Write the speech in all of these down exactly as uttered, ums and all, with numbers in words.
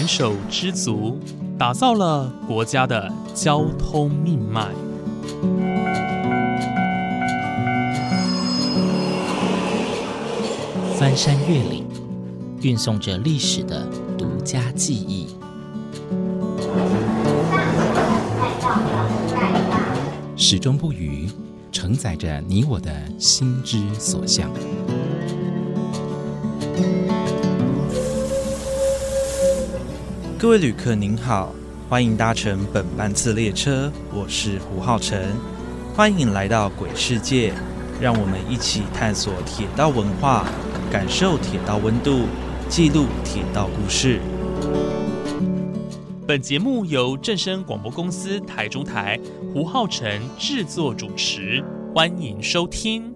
手知足，打造了国家的交通命脉。 翻山越岭，运送着历史的独家记忆。始终不渝，承载着你我的心之所向。 各位旅客您好，欢迎搭乘本班次列车，我是胡浩辰，欢迎来到鬼世界，让我们一起探索铁道文化，感受铁道温度，记录铁道故事。 本节目由正声广播公司台中台胡浩辰制作主持，欢迎收听。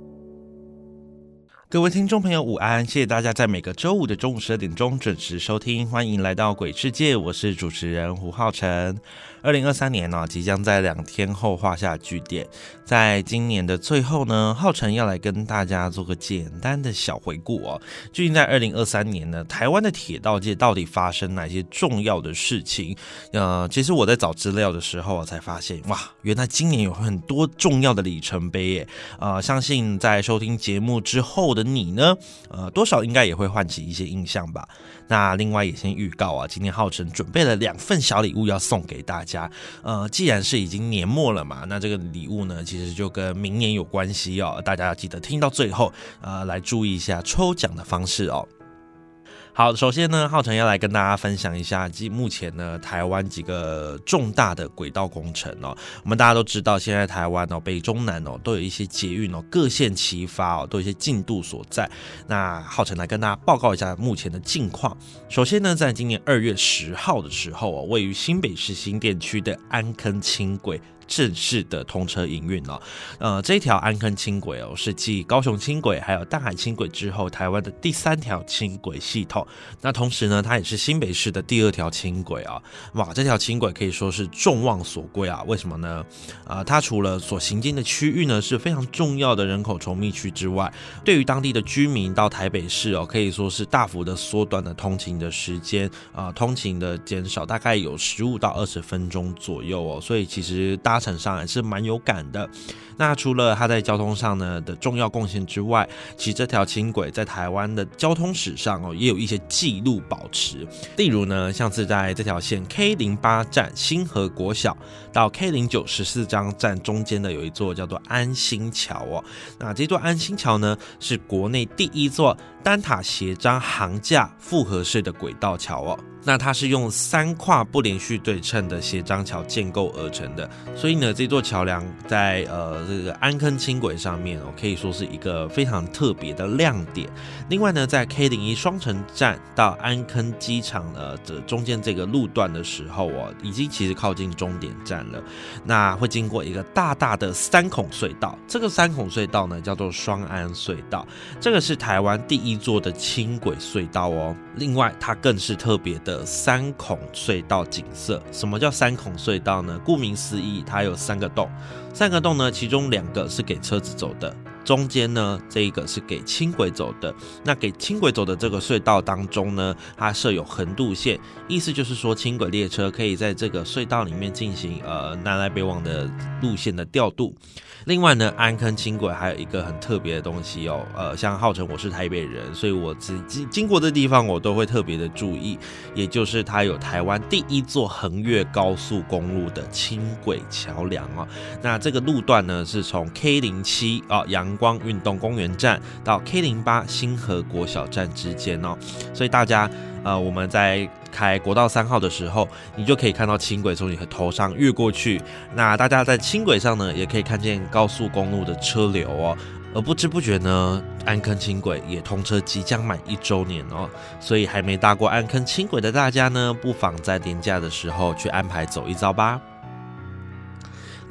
各位听众朋友午安，谢谢大家在每个周五的中午十二点钟准时收听，欢迎来到鬼世界，我是主持人胡浩辰。二零二三年呢、啊，即将在两天后画下句点。在今年的最后呢，浩辰要来跟大家做个简单的小回顾哦。究竟在二零二三年呢，台湾的铁道界到底发生哪些重要的事情？呃，其实我在找资料的时候才发现，哇，原来今年有很多重要的里程碑耶。呃，相信在收听节目之后的你呢，呃，多少应该也会唤起一些印象吧。那另外也先预告啊，今天浩辰准备了两份小礼物要送给大家。呃，既然是已经年末了嘛，那这个礼物呢，其实就跟明年有关系哦。大家要记得听到最后，呃，来注意一下抽奖的方式哦。好，首先呢，浩辰要来跟大家分享一下，目前呢，台湾几个重大的轨道工程哦。我们大家都知道，现在台湾哦，北中南哦，都有一些捷运哦，各线齐发哦，都有一些进度所在。那浩辰来跟大家报告一下目前的近况。首先呢，在今年二月十号的时候哦，位于新北市新店区的安坑轻轨正式的通车营运哦，呃，这一条安坑轻轨哦，是继高雄轻轨还有淡海轻轨之后，台湾的第三条轻轨系统。那同时呢，它也是新北市的第二条轻轨啊。哇，这条轻轨可以说是众望所归啊。为什么呢？呃，它除了所行经的区域呢是非常重要的人口稠密区之外，对于当地的居民到台北市哦，可以说是大幅的缩短了通勤的时间啊、呃，通勤的减少大概有十五到二十分钟左右哦。所以其实搭乘上还是蛮有感的。那除了它在交通上呢的重要贡献之外，其实这条轻轨在台湾的交通史上哦，也有一些记录保持。例如呢，像是在这条线 K 零八 站新河国小到 K 零九 十四张站中间的有一座叫做安心桥哦。那这座安心桥呢，是国内第一座单塔斜张桁架复合式的轨道桥哦。那它是用三跨不连续对称的斜张桥建构而成的，所以呢，这座桥梁在呃这个安坑轻轨上面哦，可以说是一个非常特别的亮点。另外呢，在 K 零一 双城站到安坑机场呃的中间这个路段的时候哦，已经其实靠近终点站了。那会经过一个大大的三孔隧道，这个三孔隧道呢叫做双安隧道，这个是台湾第一座的轻轨隧道哦。另外，它更是特别的三孔隧道景色。什么叫三孔隧道呢？顾名思义，它有三个洞，三个洞呢，其中两个是给车子走的，中间呢这一个是给轻轨走的。那给轻轨走的这个隧道当中呢，它设有横渡线，意思就是说轻轨列车可以在这个隧道里面进行呃南来北往的路线的调度。另外呢，安坑轻轨还有一个很特别的东西哦，呃，像浩辰我是台北人，所以我经过的地方我都会特别的注意，也就是它有台湾第一座横越高速公路的轻轨桥梁哦。那这个路段呢，是从 K 零七 啊阳光运动公园站到 K 零八 新河国小站之间哦，所以大家呃我们在开国道三号的时候，你就可以看到轻轨从你的头上越过去。那大家在轻轨上呢，也可以看见高速公路的车流哦。而不知不觉呢，安坑轻轨也通车即将满一周年哦，所以还没搭过安坑轻轨的大家呢，不妨在年假的时候去安排走一遭吧。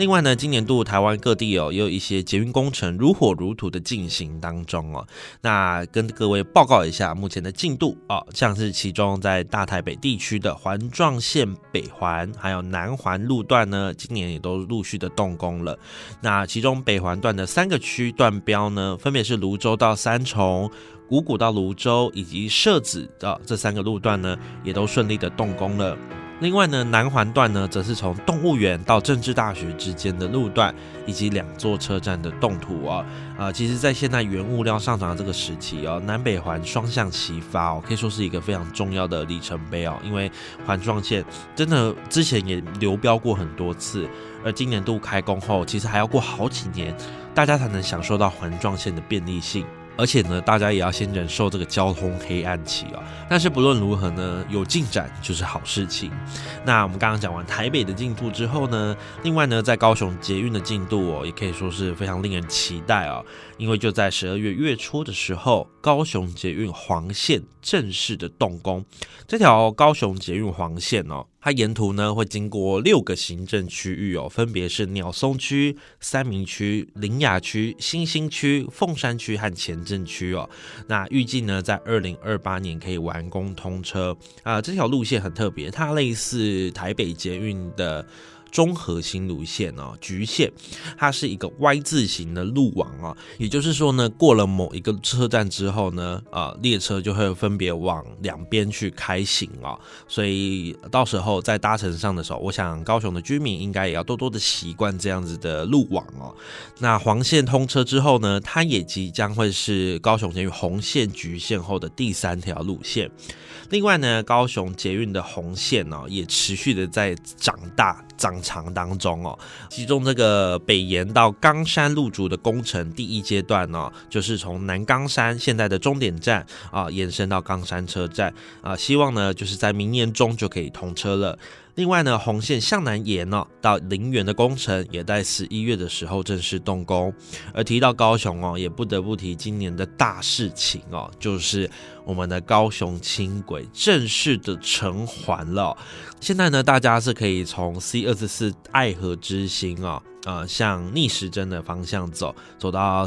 另外呢，今年度台湾各地哦也有一些捷运工程如火如荼的进行当中哦。那跟各位报告一下目前的进度哦，像是其中在大台北地区的环状线北环还有南环路段呢，今年也都陆续的动工了。那其中北环段的三个区段标呢，分别是蘆洲到三重、五股到蘆洲以及社子的这三个路段呢，也都顺利的动工了。另外呢，南环段呢，则是从动物园到政治大学之间的路段，以及两座车站的动土哦。呃，其实，在现在原物料上涨的这个时期哦，南北环双向齐发哦，可以说是一个非常重要的里程碑哦。因为环状线真的之前也流标过很多次，而今年度开工后，其实还要过好几年，大家才能享受到环状线的便利性。而且呢，大家也要先忍受这个交通黑暗期哦。但是不论如何呢，有进展就是好事情。那我们刚刚讲完台北的进度之后呢，另外呢，在高雄捷运的进度哦，也可以说是非常令人期待哦。因为就在十二月月初的时候，高雄捷运黄线正式的动工。这条高雄捷运黄线哦，它沿途呢会经过六个行政区域哦，分别是鸟松区、三民区、苓雅区、新兴区、凤山区和前镇区哦。那预计呢在二零二八年可以完工通车啊、呃。这条路线很特别，它类似台北捷运的中和新路线哦，橘线，它是一个 Y 字形的路网哦，也就是说呢，过了某一个车站之后呢，呃，列车就会分别往两边去开行哦，所以到时候在搭乘上的时候，我想高雄的居民应该也要多多的习惯这样子的路网哦。那黄线通车之后呢，它也即将会是高雄捷运红线、橘线后的第三条路线。另外呢，高雄捷运的红线哦，也持续的在长大长长当中哦。其中这个北延到冈山路竹的工程第一阶段哦，就是从南冈山现在的终点站啊，延伸到冈山车站啊，希望呢就是在明年中就可以通车了。另外呢，红线向南延哦到林园的工程也在十一月的时候正式动工。而提到高雄哦，也不得不提今年的大事情哦，就是我们的高雄轻轨正式的成环了哦。现在呢，大家是可以从 C 二十四 爱河之星哦。呃，向逆时针的方向走，走到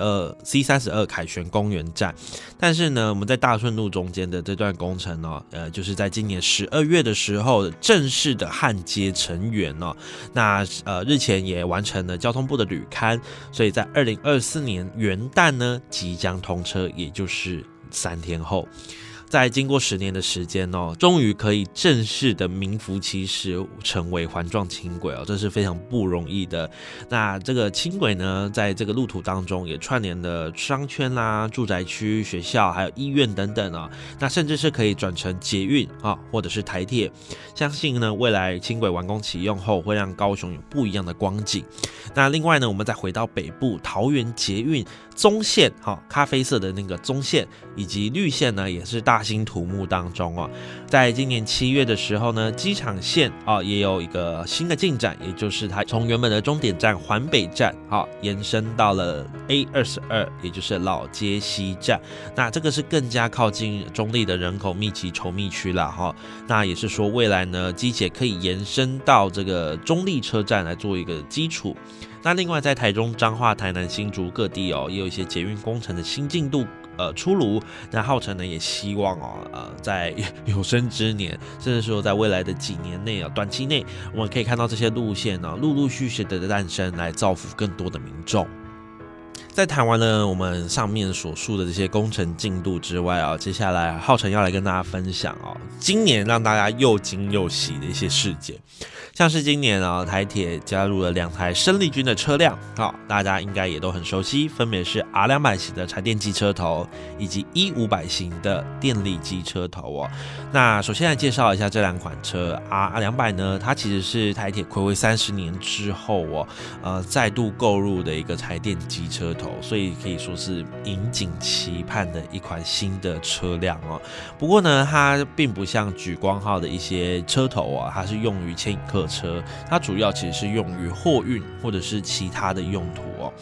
C 三十二 凯旋公园站。但是呢，我们在大顺路中间的这段工程呢、哦，呃，就是在今年十二月的时候正式的焊接成员哦。那呃，日前也完成了交通部的履勘，所以在二零二四年元旦呢即将通车，也就是三天后。在经过十年的时间哦，终于可以正式的名副其实成为环状轻轨哦，这是非常不容易的。那这个轻轨呢，在这个路途当中也串联了商圈啦、住宅区、学校还有医院等等啊、哦，那甚至是可以转成捷运啊，或者是台铁。相信呢，未来轻轨完工启用后，会让高雄有不一样的光景。那另外呢，我们再回到北部，桃园捷运棕线，哈，咖啡色的那个棕线，以及绿线呢，也是大兴土木当中哦。在今年七月的时候呢，机场线啊、哦、也有一个新的进展，也就是它从原本的终点站环北站，好、哦、延伸到了 A 二十二，也就是老街西站。那这个是更加靠近中壢的人口密集稠密区了哈、哦。那也是说未来呢，机捷可以延伸到这个中壢车站来做一个基础。那另外在台中、彰化、台南、新竹各地哦，也有一些捷运工程的新进度呃出炉。那浩辰呢也希望哦呃在有生之年，甚至说在未来的几年内啊、哦，短期内我们可以看到这些路线呢、哦、陆陆续续的诞生，来造福更多的民众。在谈完了我们上面所述的这些工程进度之外啊，接下来浩辰要来跟大家分享哦，今年让大家又惊又喜的一些事件。像是今年啊，台铁加入了两台生力军的车辆，好、哦，大家应该也都很熟悉，分别是 R 两百 型的柴电机车头，以及 E 五百 型的电力机车头哦。那首先来介绍一下这两款车 ，R 两百 呢，它其实是台铁睽违三十年之后哦，呃，再度购入的一个柴电机车头，所以可以说是引颈期盼的一款新的车辆哦。不过呢，它并不像莒光号的一些车头啊，它是用于牵引客车，它主要其实是用于货运或者是其他的用途哦。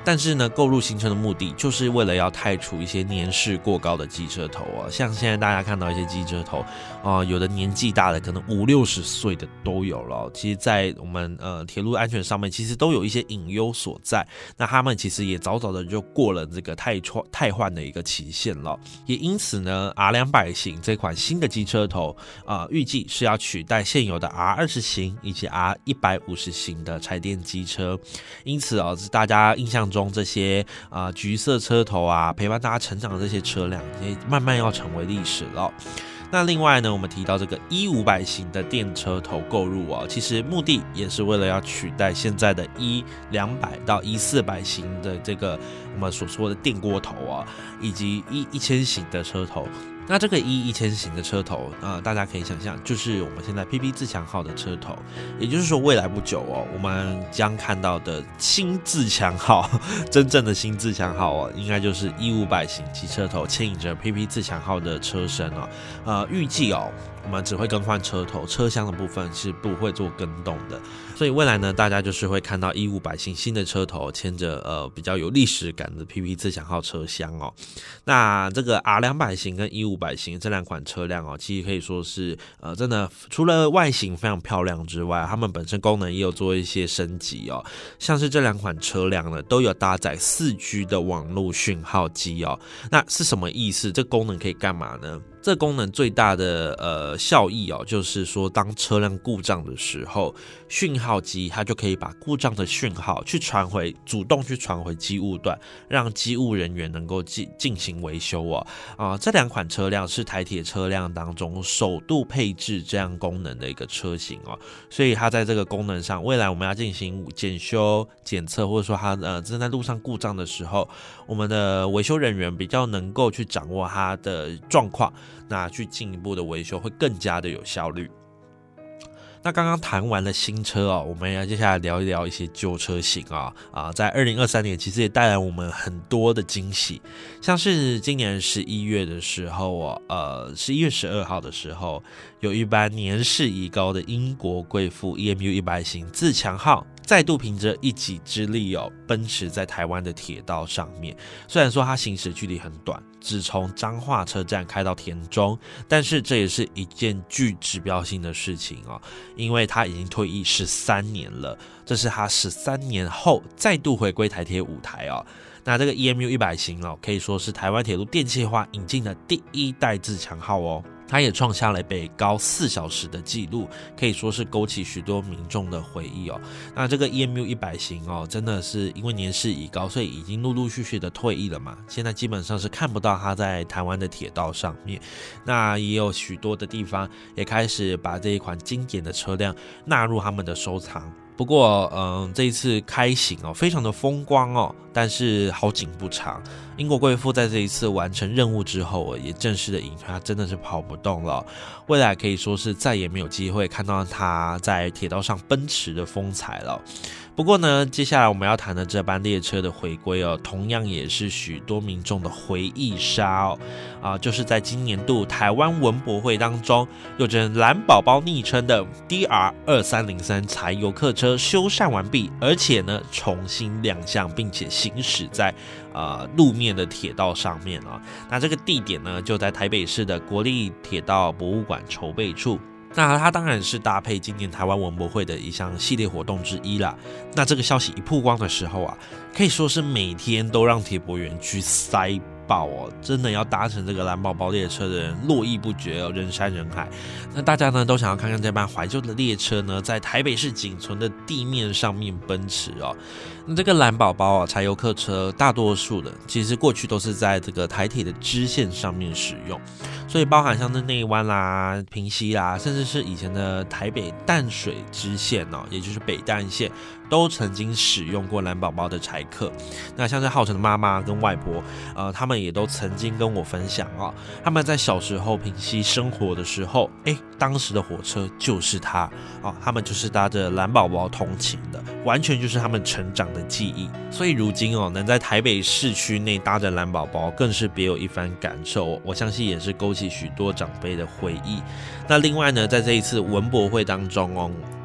但是呢，购入新车的目的就是为了要汰除一些年事过高的机车头哦。像现在大家看到一些机车头啊、呃，有的年纪大的可能五六十岁的都有了、哦。其实，在我们呃铁路安全上面，其实都有一些隐忧所在。那他们其实也早早的就过了这个汰汰换的一个期限了。也因此呢 ，R 两百 型这款新的机车头啊、呃，预计是要取代现有的 R 二十 型以及 R 一百五十 型的柴电机车。因此哦，大家印象中这些啊、呃、橘色车头啊，陪伴大家成长的这些车辆，也慢慢要成为历史了。那另外呢，我们提到这个 E 五百 型的电车头购入哦，其实目的也是为了要取代现在的 E 两百 到 E 四百 型的这个我们所说的电锅头啊，以及 E 一千 型的车头。那这个 E 一千 型的车头啊、呃，大家可以想象，就是我们现在 P P 自强号的车头，也就是说未来不久哦，我们将看到的新自强号，真正的新自强号哦，应该就是 E 五百 型机车头牵引着 P P 自强号的车身哦，呃，预计哦，我们只会更换车头，车厢的部分是不会做更动的。所以未来呢，大家就是会看到 E 五百 型新的车头牵着呃比较有历史感的 P P 自强号车厢哦。那这个 R 两百 型跟 E 五百 型这两款车辆哦，其实可以说是呃真的除了外形非常漂亮之外，它们本身功能也有做一些升级哦。像是这两款车辆呢，都有搭载 四 G 的网络讯号机哦。那是什么意思？这功能可以干嘛呢？这功能最大的呃效益哦，就是说当车辆故障的时候，讯号机它就可以把故障的讯号去传回，主动去传回机务段，让机务人员能够进进行维修哦。啊、呃，这两款车辆是台铁车辆当中首度配置这样功能的一个车型哦，所以它在这个功能上，未来我们要进行检修、检测，或者说它呃正在路上故障的时候，我们的维修人员比较能够去掌握它的状况。那去进一步的维修会更加的有效率。那刚刚谈完了新车哦，我们要接下来聊一聊一些旧车型啊啊，在二零二三年其实也带来我们很多的惊喜，像是今年十一月的时候哦，呃，十一月十二号的时候，有一班年事已高的英国贵妇 E M U 一百 型自强号。再度凭着一己之力哦，奔驰在台湾的铁道上面。虽然说它行驶距离很短，只从彰化车站开到田中，但是这也是一件具指标性的事情哦，因为他已经退役十三年了，这是他十三年后再度回归台铁舞台哦。那这个 E M U 一百 型哦，可以说是台湾铁路电气化引进的第一代自强号哦。它也创下了北高四小时的纪录，可以说是勾起许多民众的回忆哦。那这个 E M U 一百 型哦，真的是因为年事已高，所以已经陆陆续续的退役了嘛。现在基本上是看不到它在台湾的铁道上面。那也有许多的地方也开始把这一款经典的车辆纳入他们的收藏。不过，嗯，这一次开行哦，非常的风光哦，但是好景不长。英国贵妇在这一次完成任务之后，也正式的隐退，她真的是跑不动了。未来可以说是再也没有机会看到她在铁道上奔驰的风采了。不过呢，接下来我们要谈的这班列车的回归哦，同样也是许多民众的回忆杀哦，啊、呃，就是在今年度台湾文博会当中，有着蓝宝宝昵称的 D R 二三零三柴油客车修缮完毕，而且呢重新亮相，并且行驶在呃路面的铁道上面啊、哦。那这个地点呢，就在台北市的国立铁道博物馆筹备处。那它当然是搭配今年台湾文博会的一项系列活动之一啦。那这个消息一曝光的时候啊，可以说是每天都让铁博园区塞爆哦，真的要搭乘这个蓝宝宝列车的人络绎不绝哦，人山人海。那大家呢都想要看看这班怀旧的列车呢，在台北市仅存的地面上面奔驰哦。那这个蓝宝宝啊，柴油客车大多数的其实过去都是在这个台铁的支线上面使用，所以包含像是内湾啦、平溪啦，甚至是以前的台北淡水支线哦，也就是北淡线，都曾经使用过蓝宝宝的柴客。那像是浩辰的妈妈跟外婆，呃，他们也都曾经跟我分享哦，他们在小时候平溪生活的时候，哎，当时的火车就是它哦，他们就是搭着蓝宝宝通勤的，完全就是他们成长的记忆。所以如今哦，能在台北市区内搭着蓝宝宝，更是别有一番感受哦。我相信也是勾起许多长辈的回忆。那另外呢，在这一次文博会当中哦，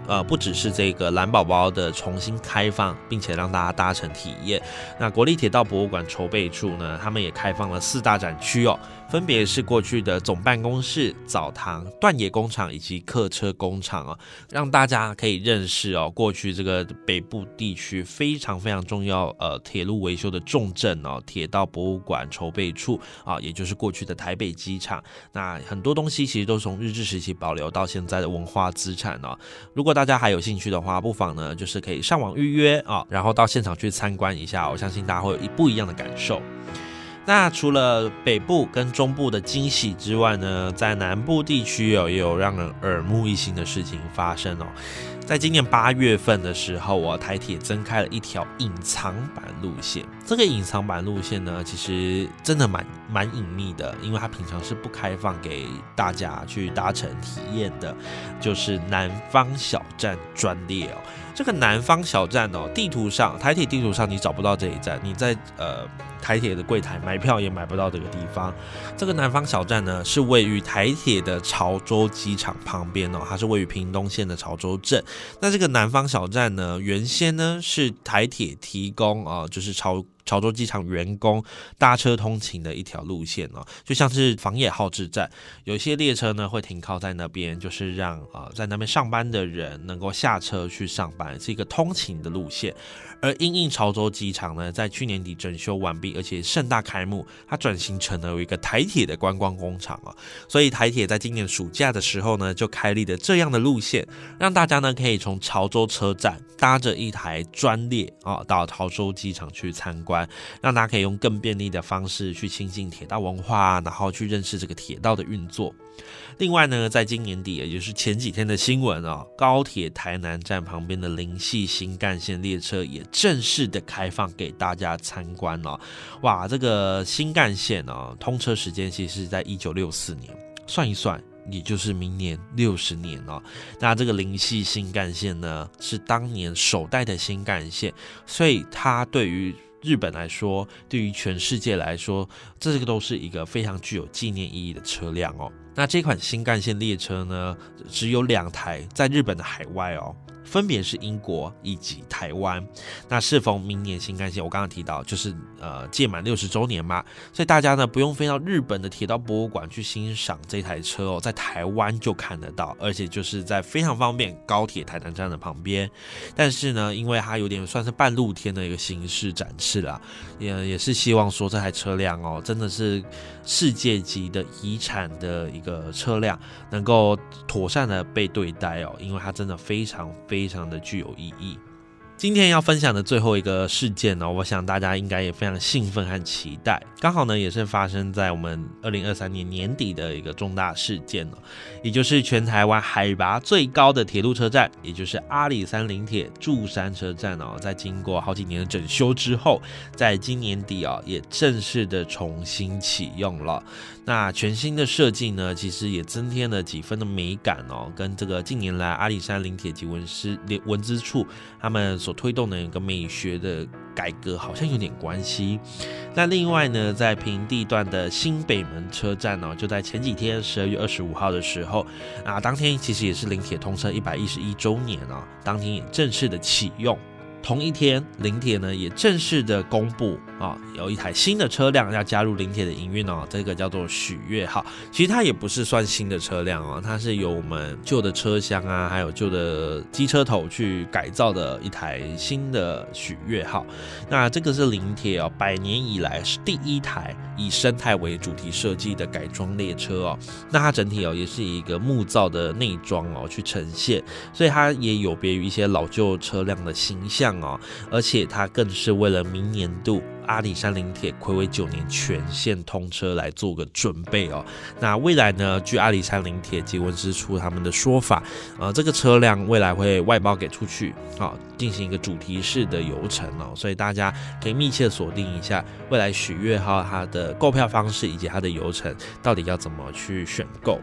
呃，不只是这个蓝宝宝的重新开放，并且让大家搭乘体验。那国立铁道博物馆筹备处呢，他们也开放了四大展区哦，分别是过去的总办公室、澡堂、断野工厂以及客车工厂哦，让大家可以认识哦，过去这个北部地区非常非常重要呃铁路维修的重镇哦，铁道博物馆筹备处啊，也就是过去的台北机场。那很多东西其实都从日治时期保留到现在的文化资产哦。如果大家还有兴趣的话，不妨呢就是可以上网预约啊，然后到现场去参观一下，我相信大家会有一不一样的感受。那除了北部跟中部的惊喜之外呢，在南部地区哦，也有让人耳目一新的事情发生哦。在今年八月份的时候啊，台铁增开了一条隐藏版路线。这个隐藏版路线呢，其实真的蛮蛮隐秘的，因为它平常是不开放给大家去搭乘体验的，就是南方小站专列哦。这个南方小站哦，地图上台铁地图上你找不到这一站，你在呃台铁的柜台买票也买不到这个地方。这个南方小站呢，是位于台铁的潮州机场旁边哦，它是位于屏东县的潮州镇。那这个南方小站呢，原先呢是台铁提供啊、呃，就是潮潮州机场员工搭车通勤的一条路线哦，就像是枋野号志站，有些列车呢会停靠在那边，就是让呃在那边上班的人能够下车去上班，是一个通勤的路线。而因应潮州机场呢，在去年底整修完毕，而且盛大开幕，它转型成了一个台铁的观光工厂哦，所以台铁在今年暑假的时候呢，就开立了这样的路线，让大家呢可以从潮州车站搭着一台专列啊、哦、到潮州机场去参观，让大家可以用更便利的方式去亲近铁道文化，然后去认识这个铁道的运作。另外呢，在今年底，也就是前几天的新闻哦，高铁台南站旁边的林系新干线列车也正式的开放给大家参观哦。哇，这个新干线哦，通车时间其实是在一九六四年，算一算，也就是明年六十年哦。那这个林系新干线呢，是当年首代的新干线，所以它对于日本来说，对于全世界来说，这个都是一个非常具有纪念意义的车辆哦。那这款新干线列车呢，只有两台在日本的海外哦，分别是英国以及台湾。那适逢明年新干线，我刚刚提到就是呃届满六十周年嘛，所以大家呢不用飞到日本的铁道博物馆去欣赏这台车哦，在台湾就看得到，而且就是在非常方便高铁台南站的旁边。但是呢，因为它有点算是半露天的一个形式展示啦，也也是希望说这台车辆哦，真的是世界级的遗产的一个车辆，能够妥善的被对待哦，因为它真的非常非常的具有意义。今天要分享的最后一个事件呢，我想大家应该也非常兴奋和期待，刚好呢也是发生在我们二零二三年年底的一个重大事件哦，也就是全台湾海拔最高的铁路车站，也就是阿里山林铁柱山车站哦，在经过好几年的整修之后，在今年底哦也正式的重新启用了。那全新的设计呢，其实也增添了几分的美感哦，跟这个近年来阿里山林铁及文资文资处他们所推动的一个美学的改革好像有点关系。那另外呢，在平地段的新北门车站哦，就在前几天十二月二十五号的时候啊，当天其实也是林铁通车一百一十一周年哦，当天也正式的启用。同一天，林铁呢也正式的公布啊，有一台新的车辆要加入林铁的营运哦，这个叫做许悦号。其实它也不是算新的车辆哦，它是由我们旧的车厢啊，还有旧的机车头去改造的一台新的许悦号。那这个是林铁哦，百年以来是第一台以生态为主题设计的改装列车哦。那它整体哦也是以一个木造的内装哦去呈现，所以它也有别于一些老旧车辆的形象。而且它更是为了明年度阿里山林铁睽违九年全线通车来做个准备哦。那未来呢，据阿里山林铁及文资处他们的说法，呃，这个车辆未来会外包给出去，啊、哦，进行一个主题式的游程哦。所以大家可以密切锁定一下未来许悦号它的购票方式以及它的游程到底要怎么去选购。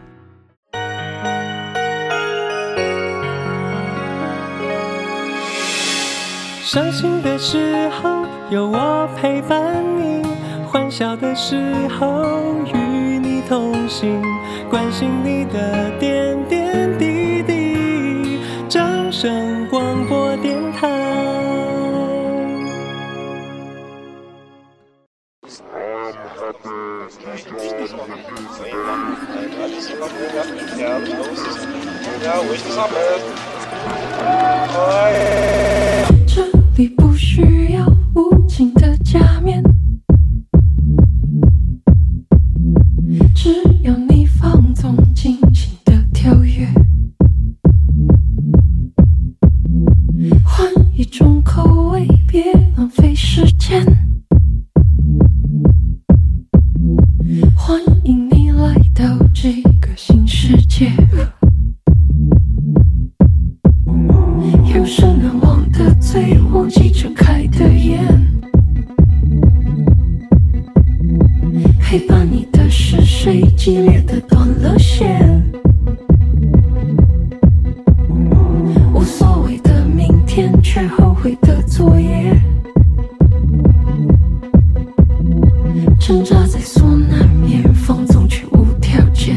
伤心的时候有我陪伴你，欢笑的时候与你同行，关心你的点点滴滴。掌声这里不需要无情的假面，只要你放纵尽情的跳跃，换一种口味，别浪费时间，欢迎你来到这个新世界，有生难忘的醉，忘记睁开的眼，陪伴你的是谁？激烈的断了线，无所谓的明天，却后悔的昨夜，挣扎在所难免，放纵却无条件。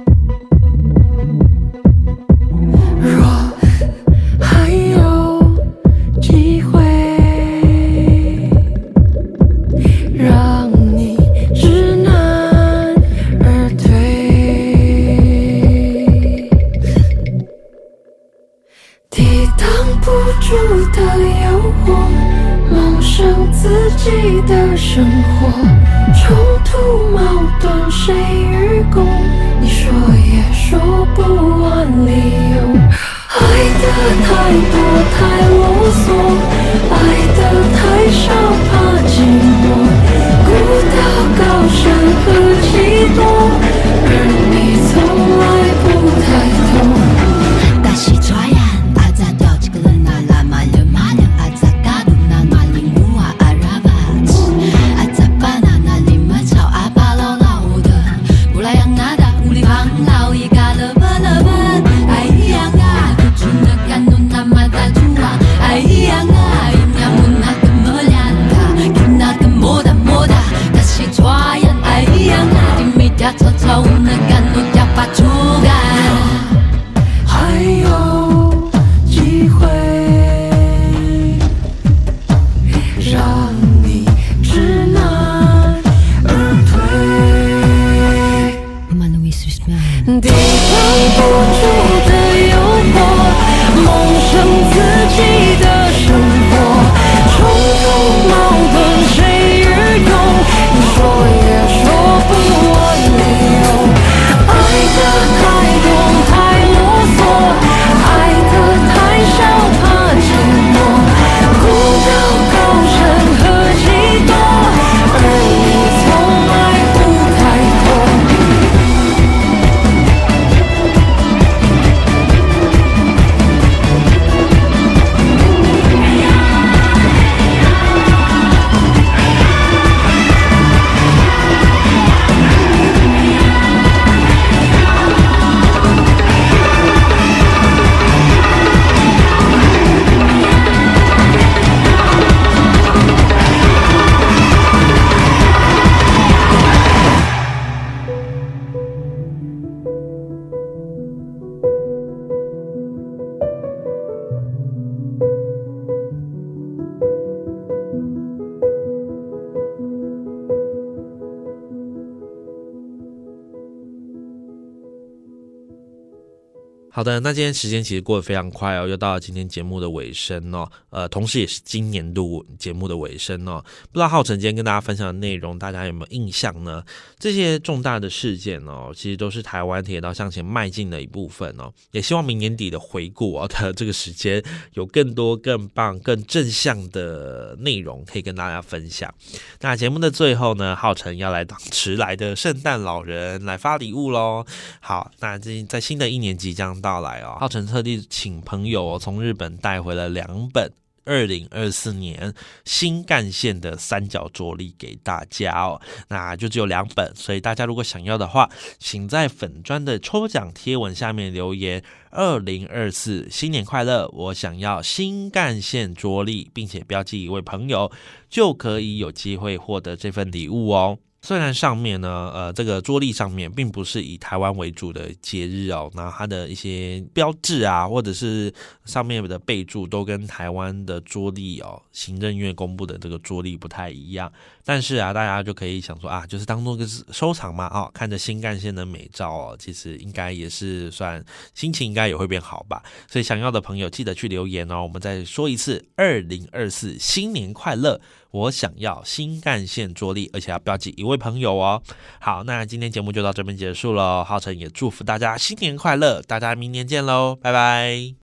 若还有机会让你知难而退，抵挡不住的诱惑，梦想自己的生活，冲突矛盾谁与共？你说也说不完理由，爱的太多太啰嗦，爱的太少怕寂寞，孤岛高山和几多，而你从来不太懂。 大西抓呀，阿扎掉几个人啊，拉马勒马勒阿扎嘎杜那马林努啊阿拉巴阿扎巴那那里么草阿巴老老的，布拉扬那达乌里旁老一嘎的巴拉巴，哎呀啊，不住那干努那马达住啊，哎呀啊，一秒木那的么亮卡，给那的莫达莫达，大西抓呀，哎呀啊，你没家吵吵那干努加巴住干。 还有机会让你知难而退，抵挡不住的诱惑，梦想自己的生活，冲突矛盾谁与共？你说也说不完理由，爱的太多太啰嗦，爱的太少怕寂寞，孤岛高山和几多，而你从来不太懂。 好的，那今天时间其实过得非常快哦，又到了今天节目的尾声哦，呃，同时也是今年度节目的尾声哦。不知道浩辰今天跟大家分享的内容，大家有没有印象呢？这些重大的事件哦，其实都是台湾铁道向前迈进的一部分哦。也希望明年底的回顾哦的这个时间，有更多、更棒、更正向的内容可以跟大家分享。那节目的最后呢，浩辰要来当迟来的圣诞老人来发礼物咯。好，那在新的一年即将到来哦，浩辰特地请朋友哦从日本带回了两本二零二四年新干线的三角桌历给大家哦，那就只有两本，所以大家如果想要的话，请在粉专的抽奖贴文下面留言二零二四新年快乐，我想要新干线桌历，并且标记一位朋友，就可以有机会获得这份礼物哦。 虽然上面呢，呃，这个桌历上面并不是以台湾为主的节日哦，然后它的一些标志啊，或者是上面的备注都跟台湾的桌历哦，行政院公布的这个桌历不太一样。但是啊，大家就可以想说啊，就是当做个收藏嘛，哦，看着新干线的美照哦，其实应该也是算心情应该也会变好吧。所以想要的朋友记得去留言哦。我们再说一次，二零二四新年快乐！我想要新干线桌历，而且要标记一位朋友哦。好，那今天节目就到这边结束了，浩辰也祝福大家新年快乐，大家明年见喽，拜拜。